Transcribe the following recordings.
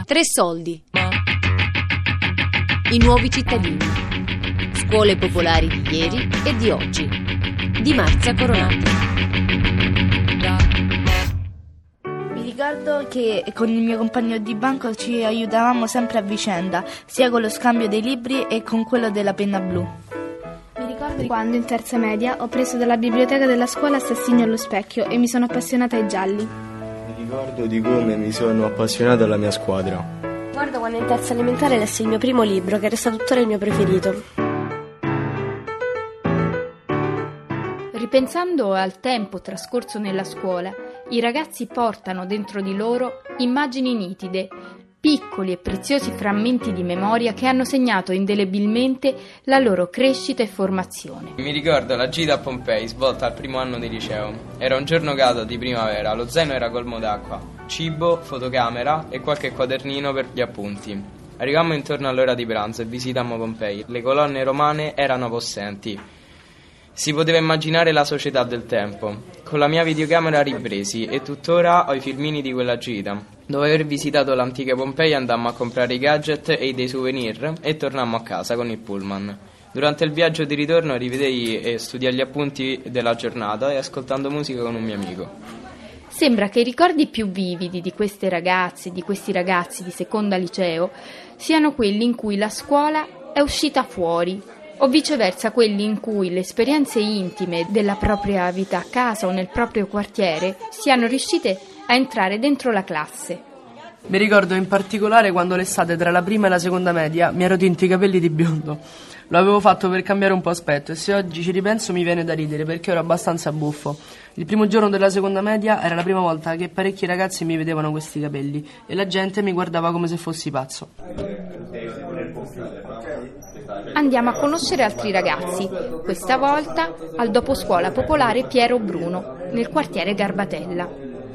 Tre soldi. I nuovi cittadini. Scuole popolari di ieri e di oggi. Di Marzia Coronati. Mi ricordo che con il mio compagno di banco ci aiutavamo sempre a vicenda, sia con lo scambio dei libri e con quello della penna blu. Mi ricordo quando in terza media ho preso dalla biblioteca della scuola Assassini allo specchio e mi sono appassionata ai gialli. Mi ricordo di come mi sono appassionato alla mia squadra. Guardo quando in terza elementare lessi il mio primo libro, che resta tuttora il mio preferito. Ripensando al tempo trascorso nella scuola, i ragazzi portano dentro di loro immagini nitide, piccoli e preziosi frammenti di memoria che hanno segnato indelebilmente la loro crescita e formazione. Mi ricordo la gita a Pompei svolta al primo anno di liceo. Era un giorno caldo di primavera, lo zaino era colmo d'acqua, cibo, fotocamera e qualche quadernino per gli appunti. Arrivammo intorno all'ora di pranzo e visitammo Pompei. Le colonne romane erano possenti. Si poteva immaginare la società del tempo. Con la mia videocamera ripresi e tuttora ho i filmini di quella gita. Dopo aver visitato l'antica Pompei andammo a comprare i gadget e dei souvenir e tornammo a casa con il pullman. Durante il viaggio di ritorno rivedei e studiai gli appunti della giornata e ascoltando musica con un mio amico. Sembra che i ricordi più vividi di queste ragazze e di questi ragazzi di seconda liceo siano quelli in cui la scuola è uscita fuori, o viceversa quelli in cui le esperienze intime della propria vita a casa o nel proprio quartiere siano riuscite a entrare dentro la classe. Mi ricordo in particolare quando l'estate tra la prima e la seconda media mi ero tinto i capelli di biondo. Lo avevo fatto per cambiare un po' aspetto e se oggi ci ripenso mi viene da ridere perché ero abbastanza buffo. Il primo giorno della seconda media era la prima volta che parecchi ragazzi mi vedevano questi capelli e la gente mi guardava come se fossi pazzo. Andiamo a conoscere altri ragazzi, questa volta al doposcuola popolare Piero Bruno, nel quartiere Garbatella.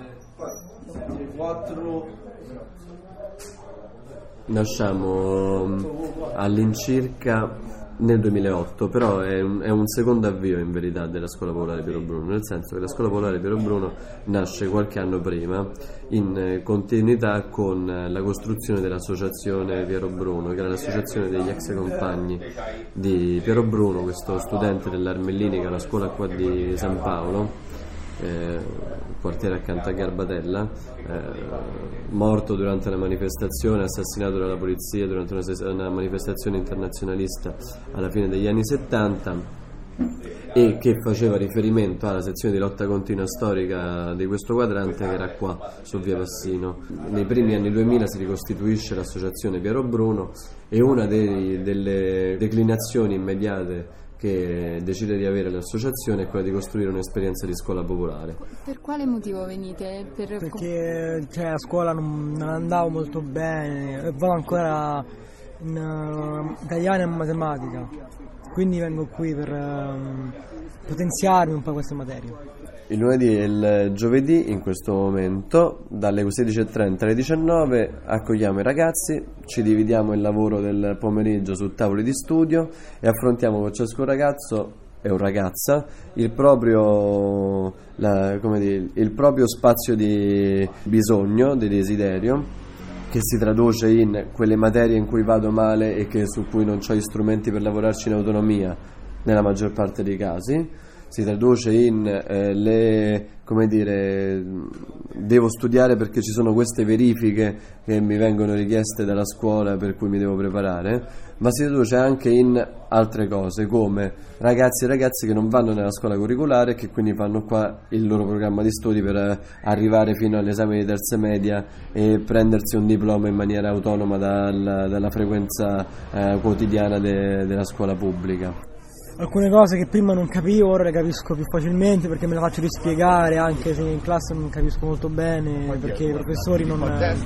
Nasciamo all'incirca nel 2008, però è un secondo avvio in verità della Scuola Popolare Piero Bruno, nel senso che la Scuola Popolare Piero Bruno nasce qualche anno prima in continuità con la costruzione dell'associazione Piero Bruno, che era l'associazione degli ex compagni di Piero Bruno, questo studente dell'Armellini, che è una scuola qua di San Paolo, quartiere accanto a Garbatella, morto durante una manifestazione, assassinato dalla polizia durante una manifestazione internazionalista alla fine degli anni 70, e che faceva riferimento alla sezione di lotta continua storica di questo quadrante che era qua su via Passino. Nei primi anni 2000 si ricostituisce l'associazione Piero Bruno e una delle declinazioni immediate che decide di avere l'associazione è quella di costruire un'esperienza di scuola popolare. Per quale motivo venite? Perché a scuola non andavo molto bene, e vado ancora in italiano e matematica, quindi vengo qui per potenziarmi un po' queste materie. Il lunedì e il giovedì, in questo momento, dalle 16:30 alle 19, accogliamo i ragazzi, ci dividiamo il lavoro del pomeriggio su tavoli di studio e affrontiamo con ciascun ragazzo e un ragazza il proprio spazio di bisogno, di desiderio, che si traduce in quelle materie in cui vado male e su cui non ho gli strumenti per lavorarci in autonomia, nella maggior parte dei casi. Si traduce in devo studiare perché ci sono queste verifiche che mi vengono richieste dalla scuola per cui mi devo preparare, ma si traduce anche in altre cose come ragazzi e ragazze che non vanno nella scuola curriculare e che quindi fanno qua il loro programma di studi per arrivare fino all'esame di terza media e prendersi un diploma in maniera autonoma dalla frequenza quotidiana della scuola pubblica. Alcune cose che prima non capivo ora le capisco più facilmente perché me le faccio rispiegare, anche se in classe non capisco molto bene perché i professori non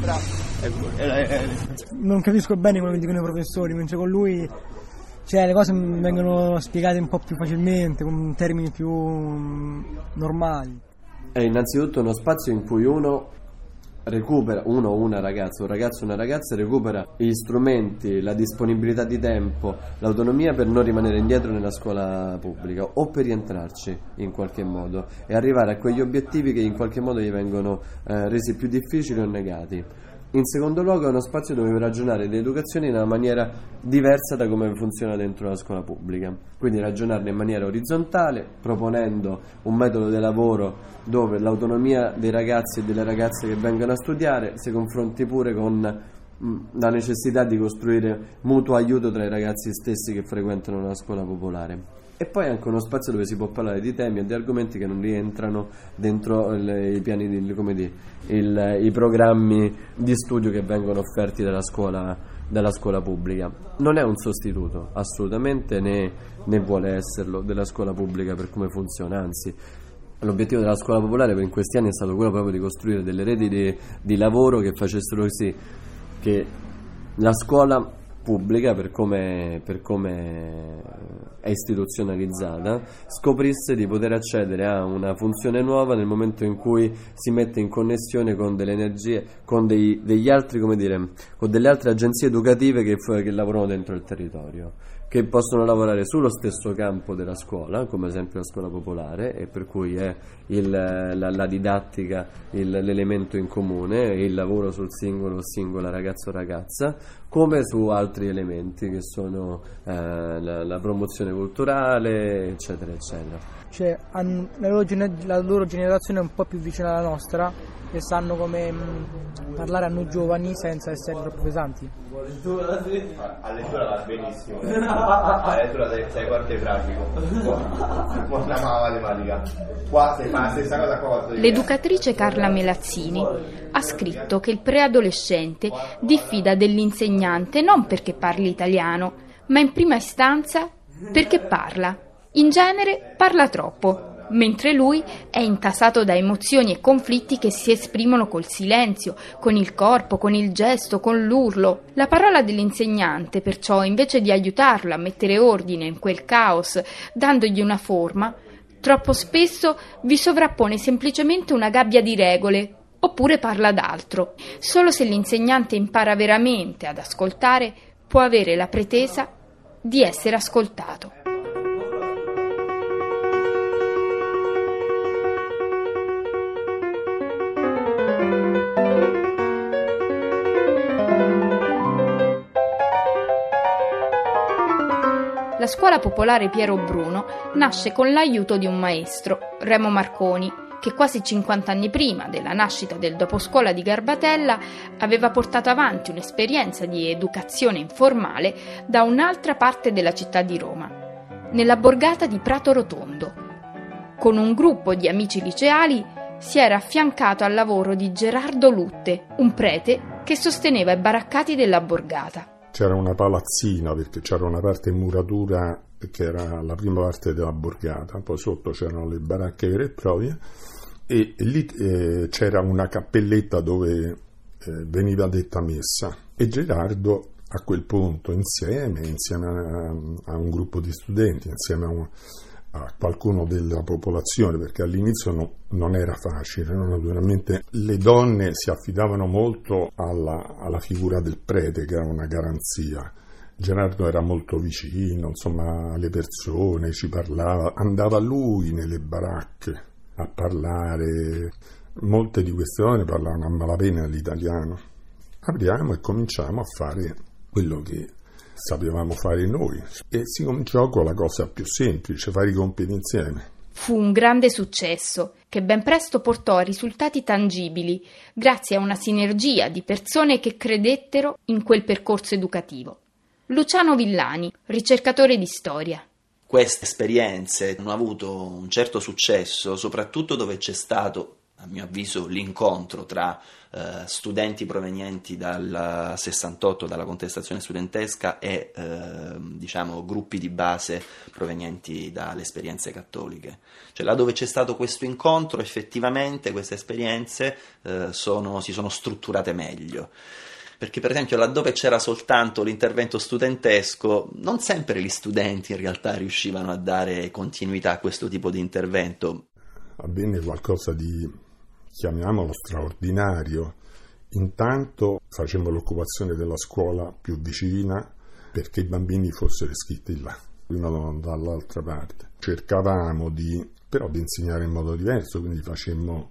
capisco bene quello che dicono i professori, mentre con lui le cose vengono spiegate un po' più facilmente, con termini più normali. È innanzitutto uno spazio in cui uno recupera, un ragazzo o una ragazza recupera gli strumenti, la disponibilità di tempo, l'autonomia per non rimanere indietro nella scuola pubblica o per rientrarci in qualche modo e arrivare a quegli obiettivi che in qualche modo gli vengono resi più difficili o negati. In secondo luogo è uno spazio dove ragionare di educazione in una maniera diversa da come funziona dentro la scuola pubblica, quindi ragionarne in maniera orizzontale, proponendo un metodo di lavoro dove l'autonomia dei ragazzi e delle ragazze che vengono a studiare si confronti pure con la necessità di costruire mutuo aiuto tra i ragazzi stessi che frequentano una scuola popolare. E poi anche uno spazio dove si può parlare di temi e di argomenti che non rientrano dentro i piani i programmi di studio che vengono offerti dalla scuola pubblica. Non è un sostituto, assolutamente, né vuole esserlo, della scuola pubblica per come funziona, anzi. L'obiettivo della scuola popolare in questi anni è stato quello proprio di costruire delle reti di lavoro che facessero sì che la scuola pubblica, per come è istituzionalizzata, scoprisse di poter accedere a una funzione nuova nel momento in cui si mette in connessione con delle energie, con degli altri, con delle altre agenzie educative che lavorano dentro il territorio, che possono lavorare sullo stesso campo della scuola, come ad esempio la scuola popolare, e per cui è la didattica l'elemento in comune, il lavoro sul singola ragazzo o ragazza, come su altri elementi che sono la promozione culturale, eccetera, eccetera. Cioè, la loro generazione è un po' più vicina alla nostra e sanno come parlare a noi giovani senza essere troppo pesanti. A lettura va benissimo. A lettura sei forte e pratico. Buona matematica. Qua si fa la stessa cosa qua. L'educatrice Carla Melazzini ha scritto che il preadolescente diffida dell'insegnante non perché parli italiano, ma in prima istanza perché parla. In genere parla troppo, mentre lui è intasato da emozioni e conflitti che si esprimono col silenzio, con il corpo, con il gesto, con l'urlo. La parola dell'insegnante, perciò, invece di aiutarlo a mettere ordine in quel caos, dandogli una forma, troppo spesso vi sovrappone semplicemente una gabbia di regole, oppure parla d'altro. Solo se l'insegnante impara veramente ad ascoltare, può avere la pretesa di essere ascoltato. La scuola popolare Piero Bruno nasce con l'aiuto di un maestro, Remo Marconi, che quasi 50 anni prima della nascita del doposcuola di Garbatella aveva portato avanti un'esperienza di educazione informale da un'altra parte della città di Roma, nella borgata di Prato Rotondo. Con un gruppo di amici liceali si era affiancato al lavoro di Gerardo Lutte, un prete che sosteneva i baraccati della borgata. C'era una palazzina perché c'era una parte in muratura che era la prima parte della borgata, poi sotto c'erano le baracche vere e proprie e lì c'era una cappelletta dove veniva detta messa e Gerardo a quel punto insieme a un gruppo di studenti, insieme a qualcuno della popolazione, perché all'inizio non era facile, no? Naturalmente le donne si affidavano molto alla figura del prete, che era una garanzia. Gerardo era molto vicino, insomma, alle persone, ci parlava, andava lui nelle baracche a parlare. Molte di queste donne parlavano a malapena l'italiano. Apriamo e cominciamo a fare quello che sapevamo fare noi e si cominciò con la cosa più semplice, fare i compiti insieme. Fu un grande successo che ben presto portò a risultati tangibili grazie a una sinergia di persone che credettero in quel percorso educativo. Luciano Villani, ricercatore di storia. Queste esperienze hanno avuto un certo successo, soprattutto dove c'è stato, a mio avviso, l'incontro tra studenti provenienti dal 68, dalla contestazione studentesca e gruppi di base provenienti dalle esperienze cattoliche. Cioè là dove c'è stato questo incontro, effettivamente queste esperienze si sono strutturate meglio. Perché per esempio laddove c'era soltanto l'intervento studentesco, non sempre gli studenti in realtà riuscivano a dare continuità a questo tipo di intervento. Avvenne qualcosa di, chiamiamolo, straordinario. Intanto facemmo l'occupazione della scuola più vicina perché i bambini fossero iscritti là, uno dall'altra parte. Cercavamo però di insegnare in modo diverso, quindi facemmo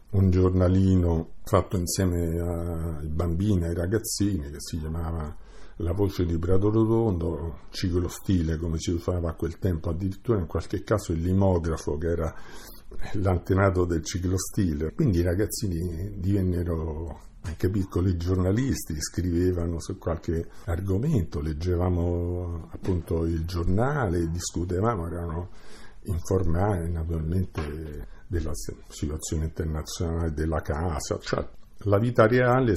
un giornalino fatto insieme ai bambini, ai ragazzini, che si chiamava La voce di Prato Rotondo, ciclostile come si usava a quel tempo, addirittura in qualche caso il limografo, che era l'antenato del ciclostile. Quindi i ragazzini divennero anche piccoli giornalisti, scrivevano su qualche argomento, leggevamo appunto il giornale, discutevamo, erano informati naturalmente della situazione internazionale della casa, cioè la vita reale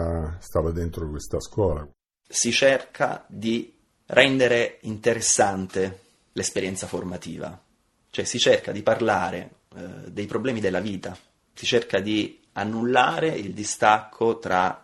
stava dentro questa scuola. Si cerca di rendere interessante l'esperienza formativa, cioè si cerca di parlare dei problemi della vita, si cerca di annullare il distacco tra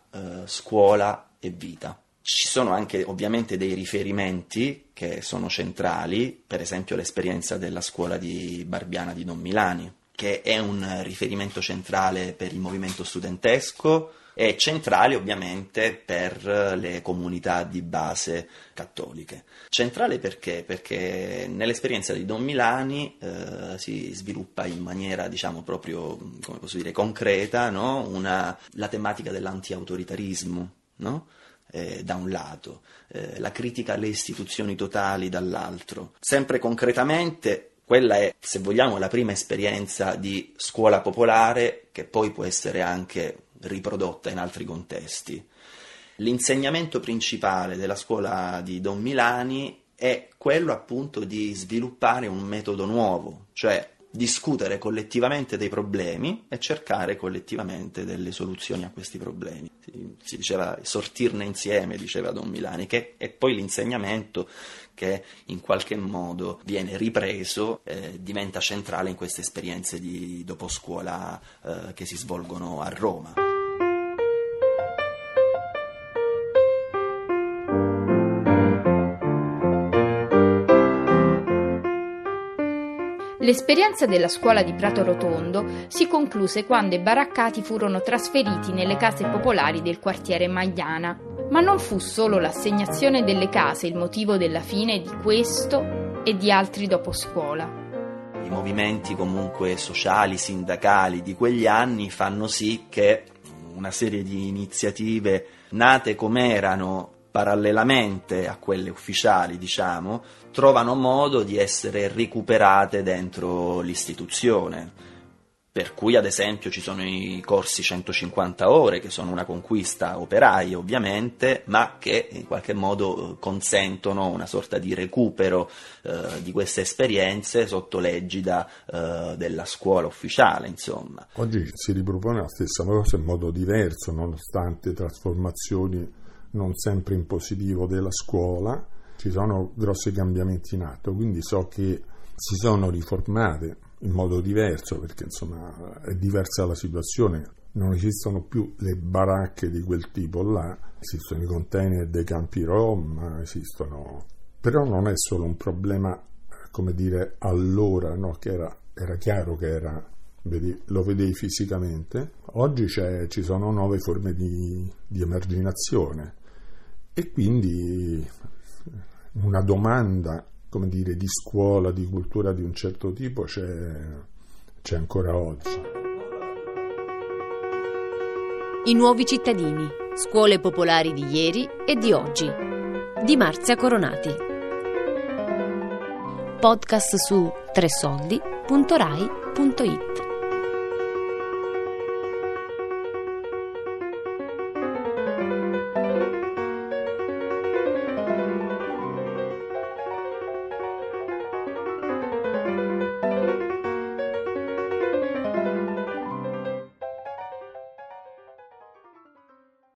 scuola e vita. Ci sono anche ovviamente dei riferimenti che sono centrali, per esempio l'esperienza della scuola di Barbiana di Don Milani, che è un riferimento centrale per il movimento studentesco e centrale ovviamente per le comunità di base cattoliche. Centrale perché? Perché nell'esperienza di Don Milani si sviluppa in maniera, diciamo, proprio, come posso dire, concreta, no? La tematica dell'anti-autoritarismo, no? Da un lato, la critica alle istituzioni totali dall'altro. Sempre concretamente, quella è, se vogliamo, la prima esperienza di scuola popolare che poi può essere anche riprodotta in altri contesti. L'insegnamento principale della scuola di Don Milani è quello appunto di sviluppare un metodo nuovo, cioè discutere collettivamente dei problemi e cercare collettivamente delle soluzioni a questi problemi. Si diceva sortirne insieme, diceva Don Milani, che è poi l'insegnamento che in qualche modo viene ripreso, diventa centrale in queste esperienze di doposcuola che si svolgono a Roma. L'esperienza della scuola di Prato Rotondo si concluse quando i baraccati furono trasferiti nelle case popolari del quartiere Magliana. Ma non fu solo l'assegnazione delle case il motivo della fine di questo e di altri doposcuola. I movimenti comunque sociali, sindacali di quegli anni fanno sì che una serie di iniziative nate com'erano parallelamente a quelle ufficiali, diciamo, trovano modo di essere recuperate dentro l'istituzione. Per cui, ad esempio, ci sono i corsi 150 ore, che sono una conquista operaia, ovviamente, ma che in qualche modo consentono una sorta di recupero di queste esperienze sotto l'egida della scuola ufficiale, insomma. Oggi si ripropone la stessa cosa in modo diverso, nonostante trasformazioni non sempre in positivo della scuola. Ci sono grossi cambiamenti in atto, quindi so che si sono riformate in modo diverso, perché insomma è diversa la situazione, non esistono più le baracche di quel tipo là, esistono i container dei campi rom, esistono, però non è solo un problema, come dire, allora, no, che era chiaro che era, lo vedevi fisicamente. Oggi ci sono nuove forme di emarginazione e quindi una domanda, come dire, di scuola, di cultura di un certo tipo c'è ancora oggi. I nuovi cittadini, scuole popolari di ieri e di oggi, di Marzia Coronati. Podcast su tresoldi.rai.it.